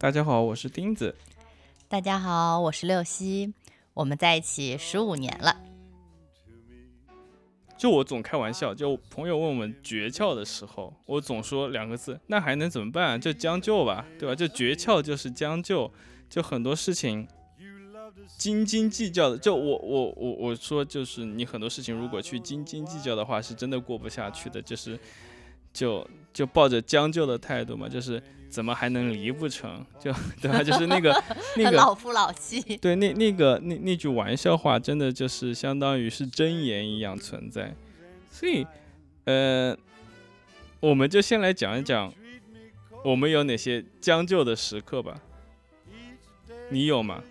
大家好，我是钉子。 大家好，我是六西，我们在一起15年了。 就我总开玩笑，就朋友问我们诀窍的时候，我总说2个字，那还能怎么办？就将就吧，对吧？就诀窍就是将就，就很多事情斤斤计较的，就我说就是你很多事情如果去斤斤计较的话，是真的过不下去的，就抱着将就的态度嘛，就是怎么还能离不成？就对吧？就是那个老夫老妻。 对，那句玩笑话，真的就是相当于是真言一样存在。所以，我们就先来讲一讲我们有哪些将就的时刻吧。你有吗？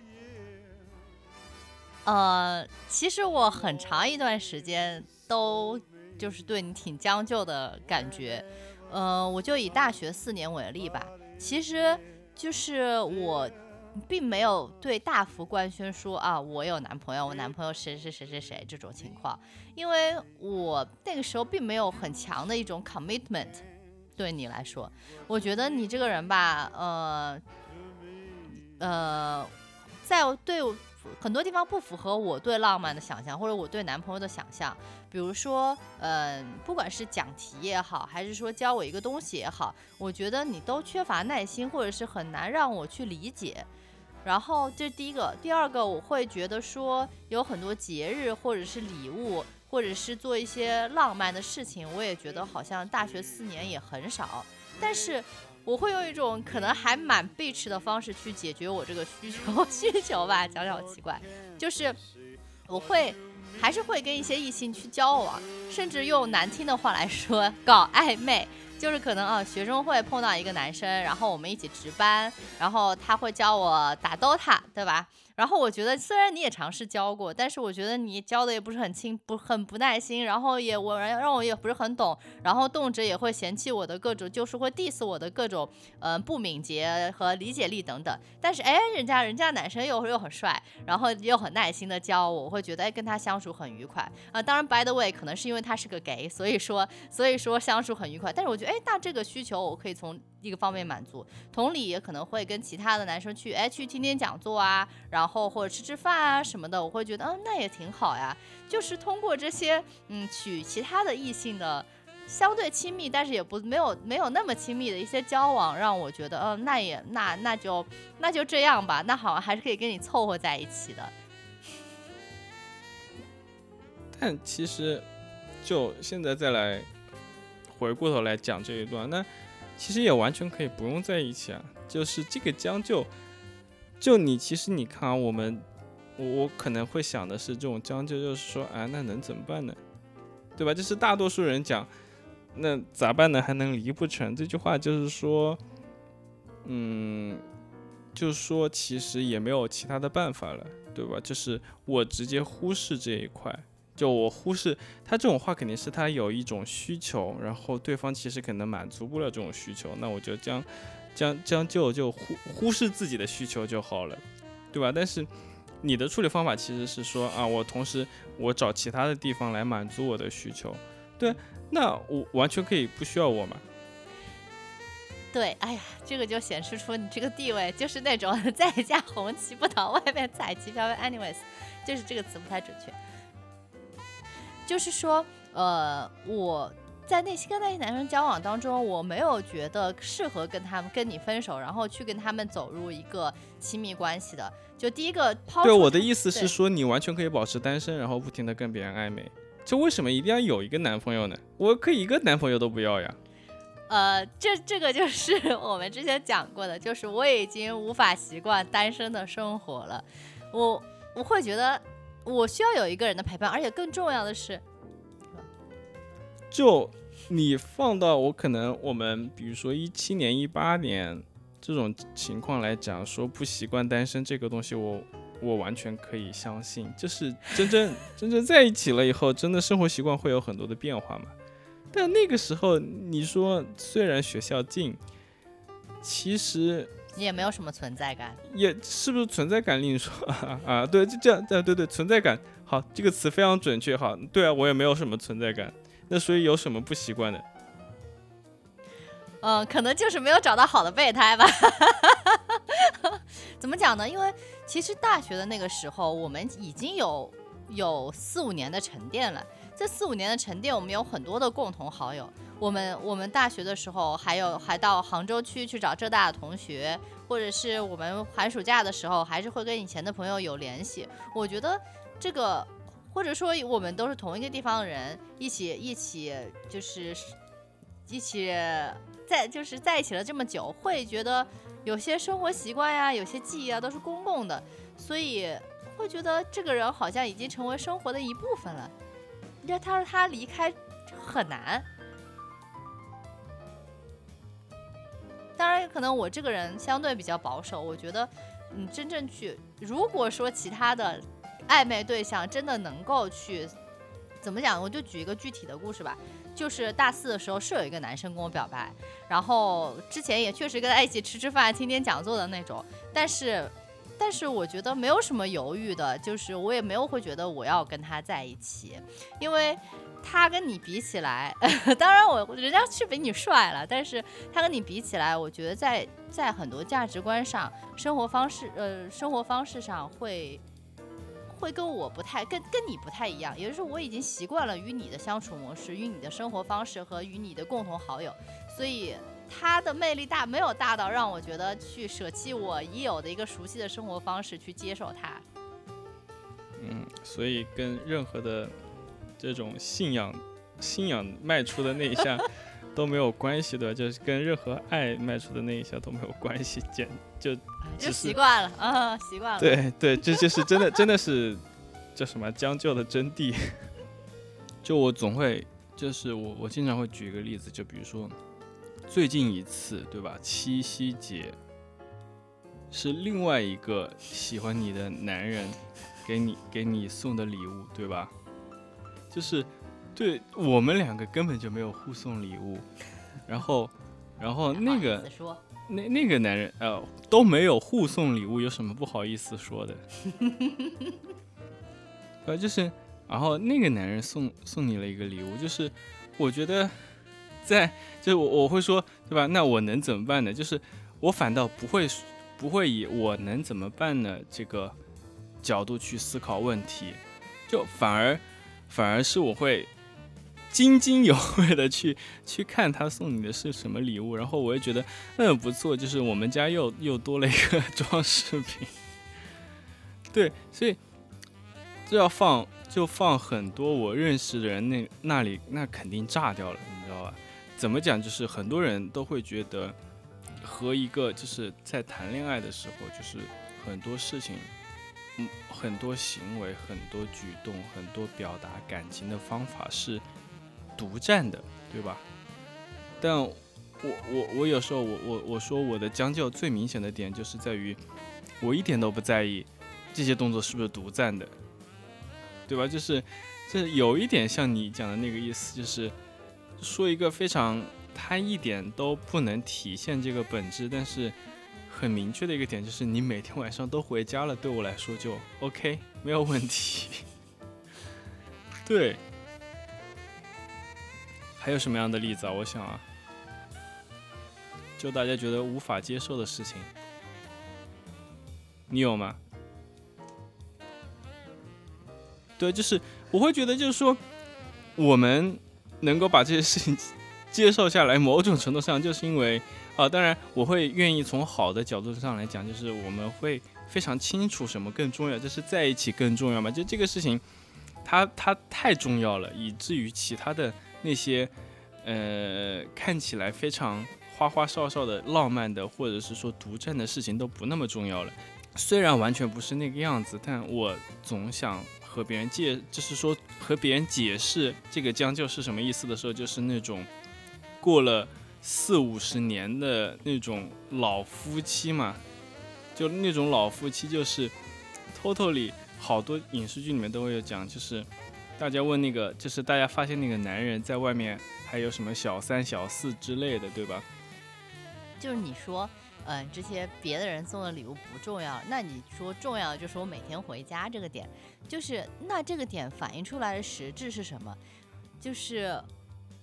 其实我很长一段时间都就是对你挺将就的感觉。我就以大学4年为例吧，其实就是我并没有对大幅官宣说啊，我有男朋友，我男朋友谁这种情况，因为我那个时候并没有很强的一种 commitment。对你来说，我觉得你这个人吧，在对很多地方不符合我对浪漫的想象，或者我对男朋友的想象。比如说，不管是讲题也好，还是说教我一个东西也好，我觉得你都缺乏耐心，或者是很难让我去理解。然后这是第一个。第二个，我会觉得说有很多节日或者是礼物，或者是做一些浪漫的事情，我也觉得好像大学4年也很少。但是我会用一种可能还蛮bitch的方式去解决我这个需求吧，讲讲奇怪，就是我还是会跟一些异性去交往，甚至用难听的话来说搞暧昧。就是可能学生会碰到一个男生，然后我们一起值班，然后他会教我打 DOTA， 对吧？然后我觉得虽然你也尝试教过，但是我觉得你教的也不是很不耐心，然后让我也不是很懂，然后动辄也会嫌弃我的各种，就是会 diss 我的各种不敏捷和理解力等等。但是人家男生又很帅，然后又很耐心的教我，我会觉得跟他相处很愉快当然 by the way 可能是因为他是个 gay， 所以说相处很愉快。但是我觉得那这个需求我可以从一个方面满足，同理也可能会跟其他的男生去听听讲座啊，然后或者吃饭啊什么的，我会觉得那也挺好呀。就是通过这些取其他的异性的相对亲密，但是也没有那么亲密的一些交往，让我觉得那就这样吧，那好像还是可以跟你凑合在一起的。 但其实就现在再来回过头来讲这一段，那其实也完全可以不用在一起啊。就是这个将就，其实你看啊，我可能会想的是这种将就，就是说那能怎么办呢？对吧？这是大多数人讲，那咋办呢？还能离不成？这句话就是说，就是说其实也没有其他的办法了，对吧？就是我直接忽视这一块。就我忽视他这种话，肯定是他有一种需求，然后对方其实可能满足不了这种需求，那我就将就忽视自己的需求就好了，对吧？但是你的处理方法其实是说我同时我找其他的地方来满足我的需求，对，那我完全可以不需要我嘛。 对，这个就显示出你这个地位就是那种在家红旗不倒，外面彩旗飘飘。anyways， 就是这个词不太准确。就是说，我在跟那些男生交往当中，我没有觉得适合跟你分手，然后去跟他们走入一个亲密关系的。就第一个抛出， 对，我的意思是说，你完全可以保持单身，然后不停的跟别人暧昧。就为什么一定要有一个男朋友呢？我可以一个男朋友都不要呀。 这个就是我们之前讲过的，就是我已经无法习惯单身的生活了。我会觉得我需要有一个人的陪伴，而且更重要的是， 就你放到我们比如说17年、18年这种情况来讲，说不习惯单身这个东西，我完全可以相信。就是真正在一起了以后，真的生活习惯会有很多的变化嘛。但那个时候，你说虽然学校近，其实你也没有什么存在感， 也是不是存在感另说对，就这样，对，存在感，好，这个词非常准确，好，对啊，我也没有什么存在感，那所以有什么不习惯的？ 可能就是没有找到好的备胎吧。 怎么讲呢？因为其实大学的那个时候，我们已经有4-5年的沉淀了。这4-5年的沉淀，我们有很多的共同好友。我们大学的时候还到杭州区去找浙大的同学，或者是我们寒暑假的时候还是会跟以前的朋友有联系。我觉得这个，或者说我们都是同一个地方的人，一起在一起了这么久，会觉得有些生活习惯呀，有些记忆啊都是公共的，所以会觉得这个人好像已经成为生活的一部分了。他离开很难。当然可能我这个人相对比较保守，我觉得真正去，如果说其他的暧昧对象真的能够去怎么讲，我就举一个具体的故事吧。就是大4的时候是有一个男生跟我表白，然后之前也确实跟他一起吃饭听讲座的那种，但是我觉得没有什么犹豫的，就是我也没有会觉得我要跟他在一起，因为他跟你比起来当然人家是比你帅了，但是他跟你比起来，我觉得在很多价值观上、生活方式上会跟我跟你不太一样，也就是我已经习惯了与你的相处模式、与你的生活方式和与你的共同好友，所以他的魅力没有大到让我觉得去舍弃我已有的一个熟悉的生活方式去接受他。 所以跟任何的这种信仰迈出的那一下都没有关系的，就是跟任何爱迈出的那一下都没有关系，就习惯了习惯了。 对，这就是真的是叫什么将就的真谛。就我总会，就是我经常会举一个例子，就比如说最近一次，对吧？七夕节是另外一个喜欢你的男人给你送的礼物，对吧？就是对我们两个根本就没有互送礼物，然后那个男人都没有互送礼物，有什么不好意思说的？就是然后那个男人送你了一个礼物，就是我觉得就是我会说，对吧？那我能怎么办呢？就是我反倒不会以我能怎么办呢这个角度去思考问题，就反而是我会津津有味的去看他送你的是什么礼物，然后我也觉得不错，就是我们家又多了一个装饰品。对，所以就放很多我认识的人那里，那肯定炸掉了，你知道吧？怎么讲？就是很多人都会觉得和一个就是在谈恋爱的时候，就是很多事情。很多行为、很多举动、很多表达感情的方法是独占的，对吧？但我有时候我说我的将就最明显的点就是在于，我一点都不在意这些动作是不是独占的，对吧？就是有一点像你讲的那个意思，就是说一个非常它一点都不能体现这个本质，但是很明确的一个点就是你每天晚上都回家了，对我来说就 OK， 没有问题。对，还有什么样的例子啊？我想就大家觉得无法接受的事情，你有吗？对，就是我会觉得就是说我们能够把这些事情接受下来，某种程度上就是因为当然我会愿意从好的角度上来讲，就是我们会非常清楚什么更重要，就是在一起更重要嘛。就这个事情它太重要了，以至于其他的那些看起来非常花花哨哨的浪漫的或者是说独占的事情都不那么重要了。虽然完全不是那个样子，但我总想和别人就是说和别人解释这个将就是什么意思的时候，就是那种过了40-50年的那种老夫妻嘛，就那种老夫妻就是 totally 好多影视剧里面都会有讲，就是大家问那个，就是大家发现那个男人在外面还有什么小三小四之类的，对吧？ 就是你说这些别的人送的礼物不重要，那你说重要的就是我每天回家这个点，就是那这个点反映出来的实质是什么？就是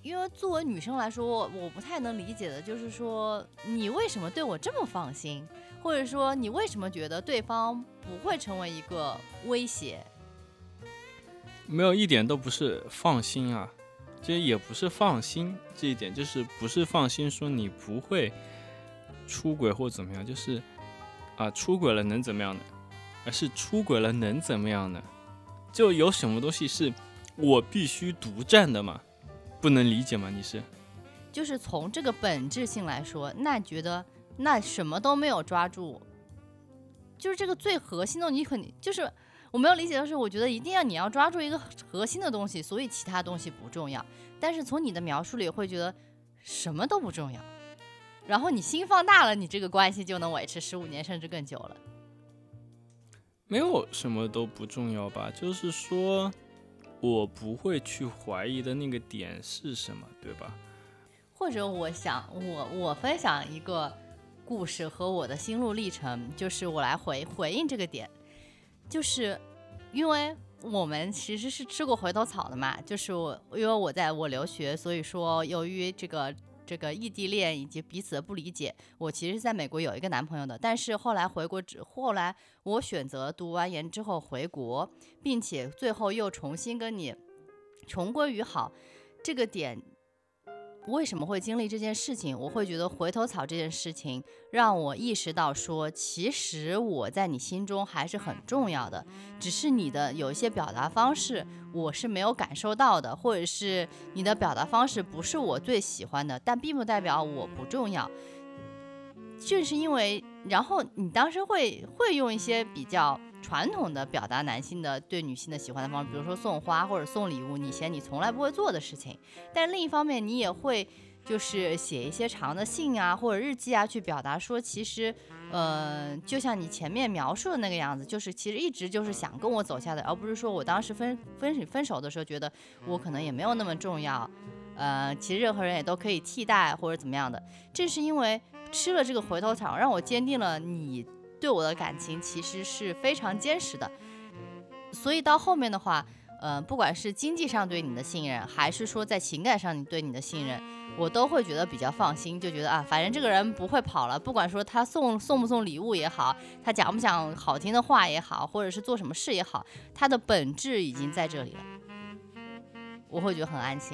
因为作为女生来说，我不太能理解的就是说，你为什么对我这么放心，或者说你为什么觉得对方不会成为一个威胁？ 没有一点都不是放心啊，这也不是放心，这一点就是不是放心说你不会出轨或怎么样，就是出轨了能怎么样呢？而是出轨了能怎么样呢？就有什么东西是我必须独占的吗？不能理解吗？你是？ 就是从这个本质性来说，那觉得那什么都没有抓住，就是这个最核心的，你肯定就是我没有理解的是，我觉得一定要你要抓住一个核心的东西，所以其他东西不重要。但是从你的描述里会觉得什么都不重要，然后你心放大了，你这个关系就能维持15年甚至更久了。 没有什么都不重要吧，就是说我不会去怀疑的那个点是什么，对吧？ 或者我分享一个故事和我的心路历程，就是我来回应这个点，就是因为我们其实是吃过回头草的嘛，就是因为我留学，所以说由于这个异地恋以及彼此的不理解，我其实是在美国有一个男朋友的，但是后来后来我选择读完研之后回国，并且最后又重新跟你重归于好，这个点为什么会经历这件事情？我会觉得回头草这件事情让我意识到说，其实我在你心中还是很重要的，只是你的有一些表达方式我是没有感受到的，或者是你的表达方式不是我最喜欢的，但并不代表我不重要。正是因为，然后你当时会用一些比较传统的表达男性的对女性的喜欢的方式，比如说送花或者送礼物，你嫌你从来不会做的事情。但另一方面，你也会就是写一些长的信啊或者日记啊，去表达说，其实，就像你前面描述的那个样子，就是其实一直就是想跟我走下的，而不是说我当时分手的时候觉得我可能也没有那么重要，其实任何人也都可以替代或者怎么样的。正是因为吃了这个回头草，让我坚定了你对我的感情其实是非常坚实的。所以到后面的话，不管是经济上对你的信任，还是说在情感上你对你的信任，我都会觉得比较放心，就觉得反正这个人不会跑了，不管说他送不送礼物也好，他讲不讲好听的话也好，或者是做什么事也好，他的本质已经在这里了，我会觉得很安心。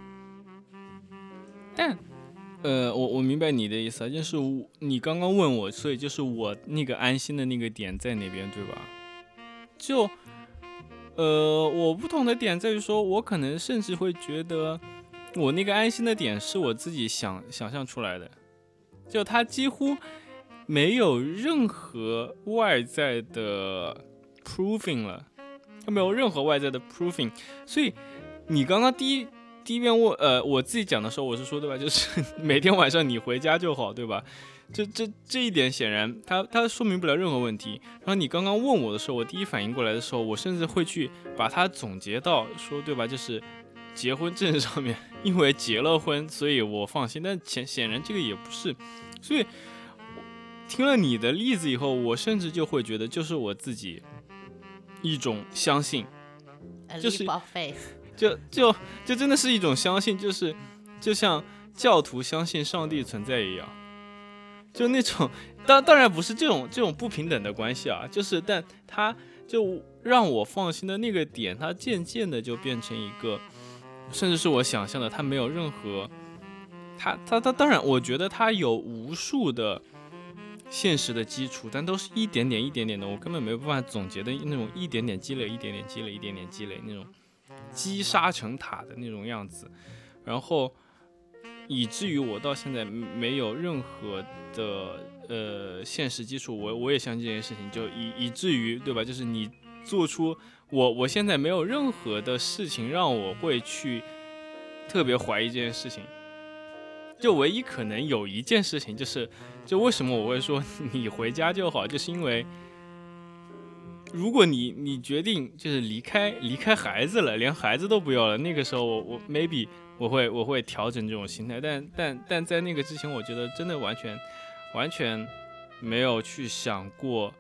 但我明白你的意思，就是你刚刚问我，所以就是我那个安心的那个点在哪边，对吧？就我不同的点在于说，我可能甚至会觉得我那个安心的点是我自己想象出来的，就它几乎没有任何外在的 proving 了，它没有任何外在的 proving， 所以你刚刚第一遍我自己讲的时候，我是说对吧？就是每天晚上你回家就好，对吧？这一点显然它说明不了任何问题。然后你刚刚问我的时候，我第一反应过来的时候，我甚至会去把它总结到说对吧？就是结婚证上面，因为结了婚，所以我放心。但显然这个也不是，所以听了你的例子以后，我甚至就会觉得，就是我自己一种相信，就是就真的是一种相信，就像教徒相信上帝存在一样，就那种当然不是这种不平等的关系啊，就是但他就让我放心的那个点，它渐渐的就变成一个，甚至是我想象的，它没有任何，它当然我觉得它有无数的现实的基础，但都是一点点的，我根本没有办法总结的那种一点点积累那种积沙成塔的那种样子，然后以至于我到现在没有任何的现实基础，我也相信这件事情，就以至于对吧？就是你做出我现在没有任何的事情让我会去特别怀疑这件事情，就唯一可能有一件事情就为什么我会说你回家就好，就是因为如果你决定就是离开孩子了，连孩子都不要了，那个时候我 maybe 我会调整这种心态，但在那个之前，我觉得真的完全没有去想过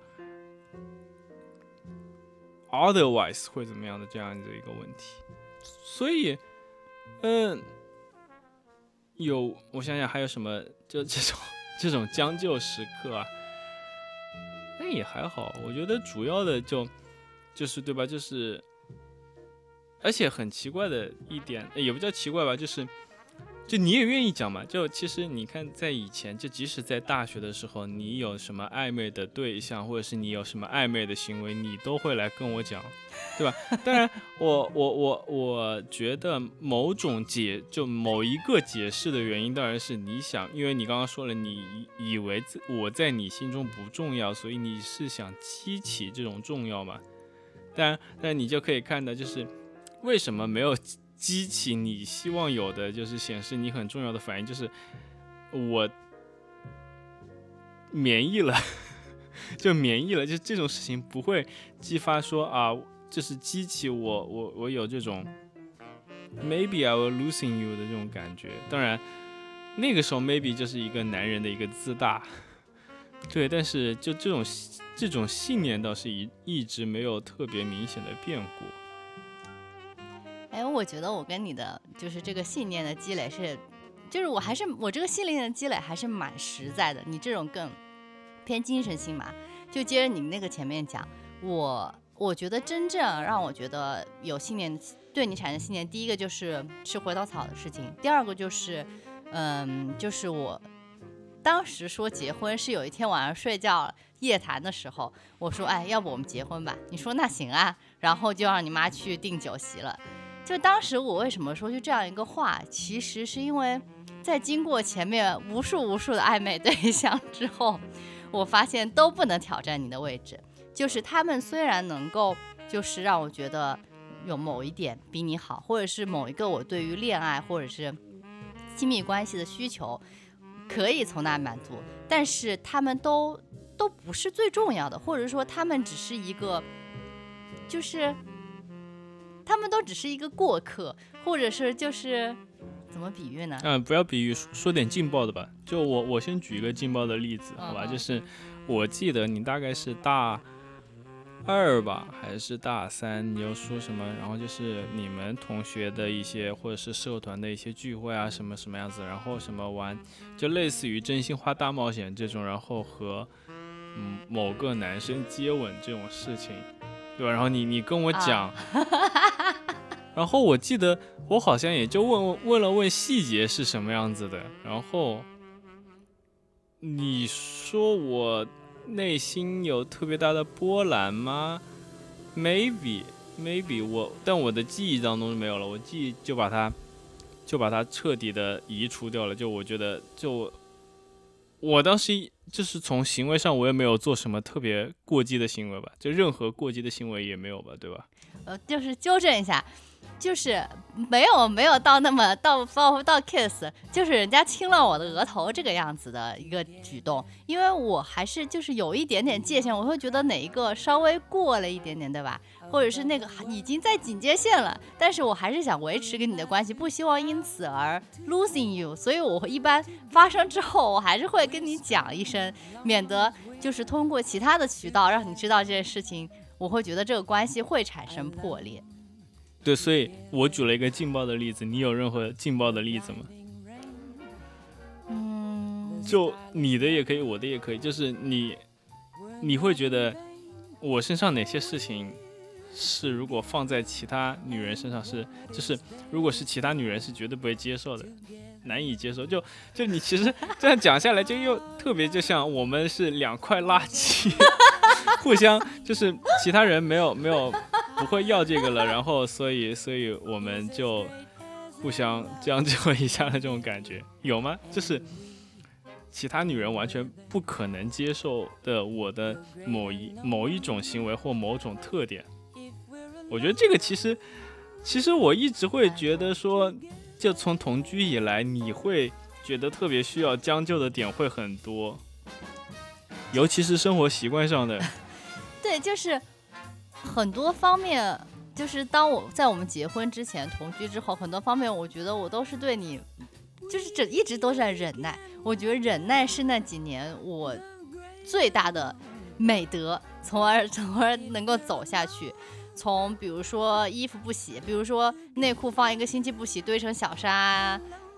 otherwise 会怎么样的这样的一个问题，所以我想想还有什么，就这种将就时刻啊，那也还好。我觉得主要的就是对吧？就是而且很奇怪的一点，也不叫奇怪吧，就你也愿意讲嘛。就其实你看，在以前，就即使在大学的时候，你有什么暧昧的对象，或者是你有什么暧昧的行为，你都会来跟我讲，对吧？当然，我觉得某一个解释的原因，当然是你想，因为你刚刚说了，你以为我在你心中不重要，所以你是想激起这种重要嘛？但你就可以看到，就是为什么没有激起你希望有的，就是显示你很重要的反应，就是我免疫了，就这种事情不会激发说啊，就是激起我有这种 maybe I will losing you 的这种感觉。当然，那个时候 maybe 就是一个男人的一个自大，对，但是就这种信念倒是一直没有特别明显的变过。 我觉得我跟你的就是这个信念的积累就是我这个信念的积累还是蛮实在的，你这种更偏精神性嘛。就接着你那个前面讲，我觉得真正让我觉得有信念，对你产生信念，第一个就是吃回头草的事情，第二个就是就是我当时说结婚是有一天晚上睡觉夜谈的时候，我说要不我们结婚吧，你说那行啊，然后就让你妈去订酒席了。就当时我为什么说就这样一个话，其实是因为在经过前面无数的暧昧对象之后，我发现都不能挑战你的位置。就是他们虽然能够就是让我觉得有某一点比你好，或者是某一个我对于恋爱或者是亲密关系的需求可以从那满足，但是他们都不是最重要的，或者说他们只是一个就是他们都只是一个过客，或者是就是怎么比喻呢？ 不要比喻，说点劲爆的吧。就我先举一个劲爆的例子，好吧？就是我记得你大概是大2吧，还是大3，你又说什么？然后就是你们同学的一些或者是社团的一些聚会啊，什么什么样子，然后什么玩，就类似于真心话大冒险这种，然后和某个男生接吻这种事情。对吧？然后你跟我讲，然后我记得我好像也就问细节是什么样子的，然后你说我内心有特别大的波澜吗 ？Maybe 但我的记忆当中没有了，我记忆就把它彻底的移除掉了。就我觉得我当时就是从行为上我也没有做什么特别过激的行为吧，就任何过激的行为也没有吧，对吧？ 就是纠正一下，就是没有到那么到 kiss， 就是人家亲了我的额头这个样子的一个举动，因为我还是就是有一点点界限，我会觉得哪一个稍微过了一点点，对吧？或者是那个已经在警戒线了，但是我还是想维持跟你的关系，不希望因此而 losing you， 所以我一般发生之后，我还是会跟你讲一声，免得就是通过其他的渠道让你知道这件事情，我会觉得这个关系会产生破裂。 对，所以我举了一个劲爆的例子，你有任何劲爆的例子吗？就你的也可以，我的也可以，就是你会觉得我身上哪些事情是如果放在其他女人身上就是如果是其他女人是绝对不会接受的，难以接受。就你其实这样讲下来，就又特别就像我们是两块垃圾，互相就是其他人没有不会要这个了，然后所以我们就互相将就一下的这种感觉，有吗？就是其他女人完全不可能接受的我的某一种行为或某种特点。我觉得这个其实我一直会觉得说，就从同居以来，你会觉得特别需要将就的点会很多，尤其是生活习惯上的。 对，就是很多方面，就是当我在我们结婚之前同居之后，很多方面我觉得我都是对你就是一直都是在忍耐。我觉得忍耐是那几年我最大的美德，从而能够走下去。从比如说衣服不洗，比如说内裤放1个星期不洗堆成小山，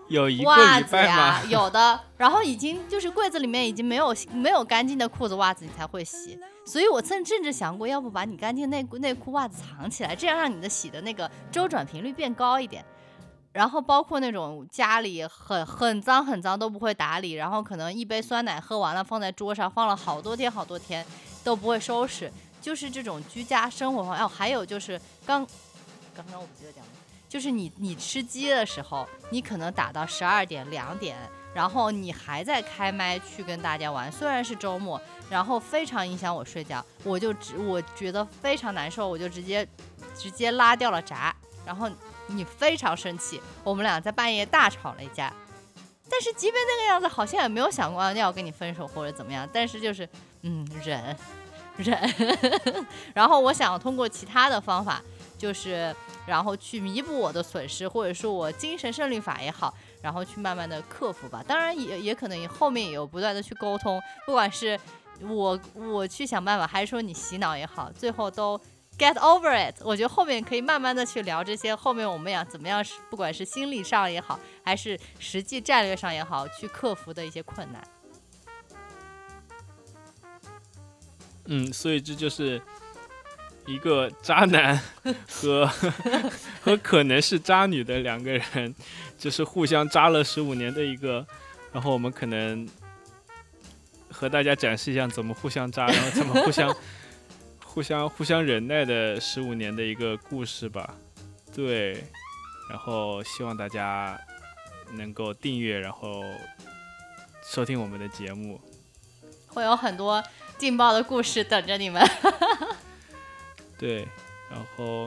有一个袜子礼拜呀， 吗？ 有的，然后已经就是柜子里面已经没有干净的裤子袜子，你才会洗。所以我甚至想过，要不把你干净内裤袜子藏起来，这样让你的洗的那个周转频率变高一点。然后包括那种家里很脏很脏都不会打理，然后可能一杯酸奶喝完了放在桌上，放了好多天都不会收拾，就是这种居家生活方面。还有就是刚刚我不记得讲了，就是你吃鸡的时候，你可能打到12点2点，然后你还在开麦去跟大家玩，虽然是周末，然后非常影响我睡觉，我觉得非常难受，我就直接拉掉了闸，然后你非常生气，我们俩在半夜大吵了一架。但是即便那个样子，好像也没有想过要跟你分手或者怎么样，但是就是忍。然后我想通过其他的方法，就是然后去弥补我的损失，或者说我精神胜利法也好，然后去慢慢的克服吧。当然也可能后面也有不断的去沟通，不管是我去想办法，还是说你洗脑也好，最后都get over it。 我觉得后面可以慢慢的去聊这些，后面我们怎么样，不管是心理上也好，还是实际战略上也好，去克服的一些困难。 所以这就是一个渣男和可能是渣女的两个人，就是互相渣了15年的一个，然后我们可能和大家展示一下怎么互相渣，然后怎么互相忍耐的15年的一个故事吧。对，然后希望大家能够订阅，然后收听我们的节目， 会有很多劲爆的故事等着你们。 对，然后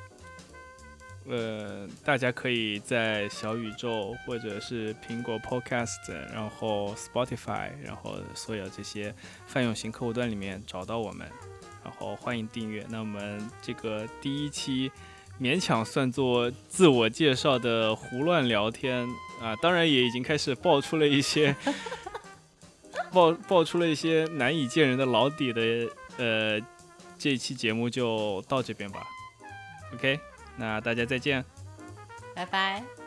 大家可以在小宇宙或者是苹果 Podcast， 然后 Spotify， 然后所有这些泛用型客户端里面找到我们，然后欢迎订阅。那我们这个第一期勉强算作自我介绍的胡乱聊天啊，当然也已经开始爆出了一些爆出了一些难以见人的老底的这一期节目就到这边吧。OK， 那大家再见， 拜拜。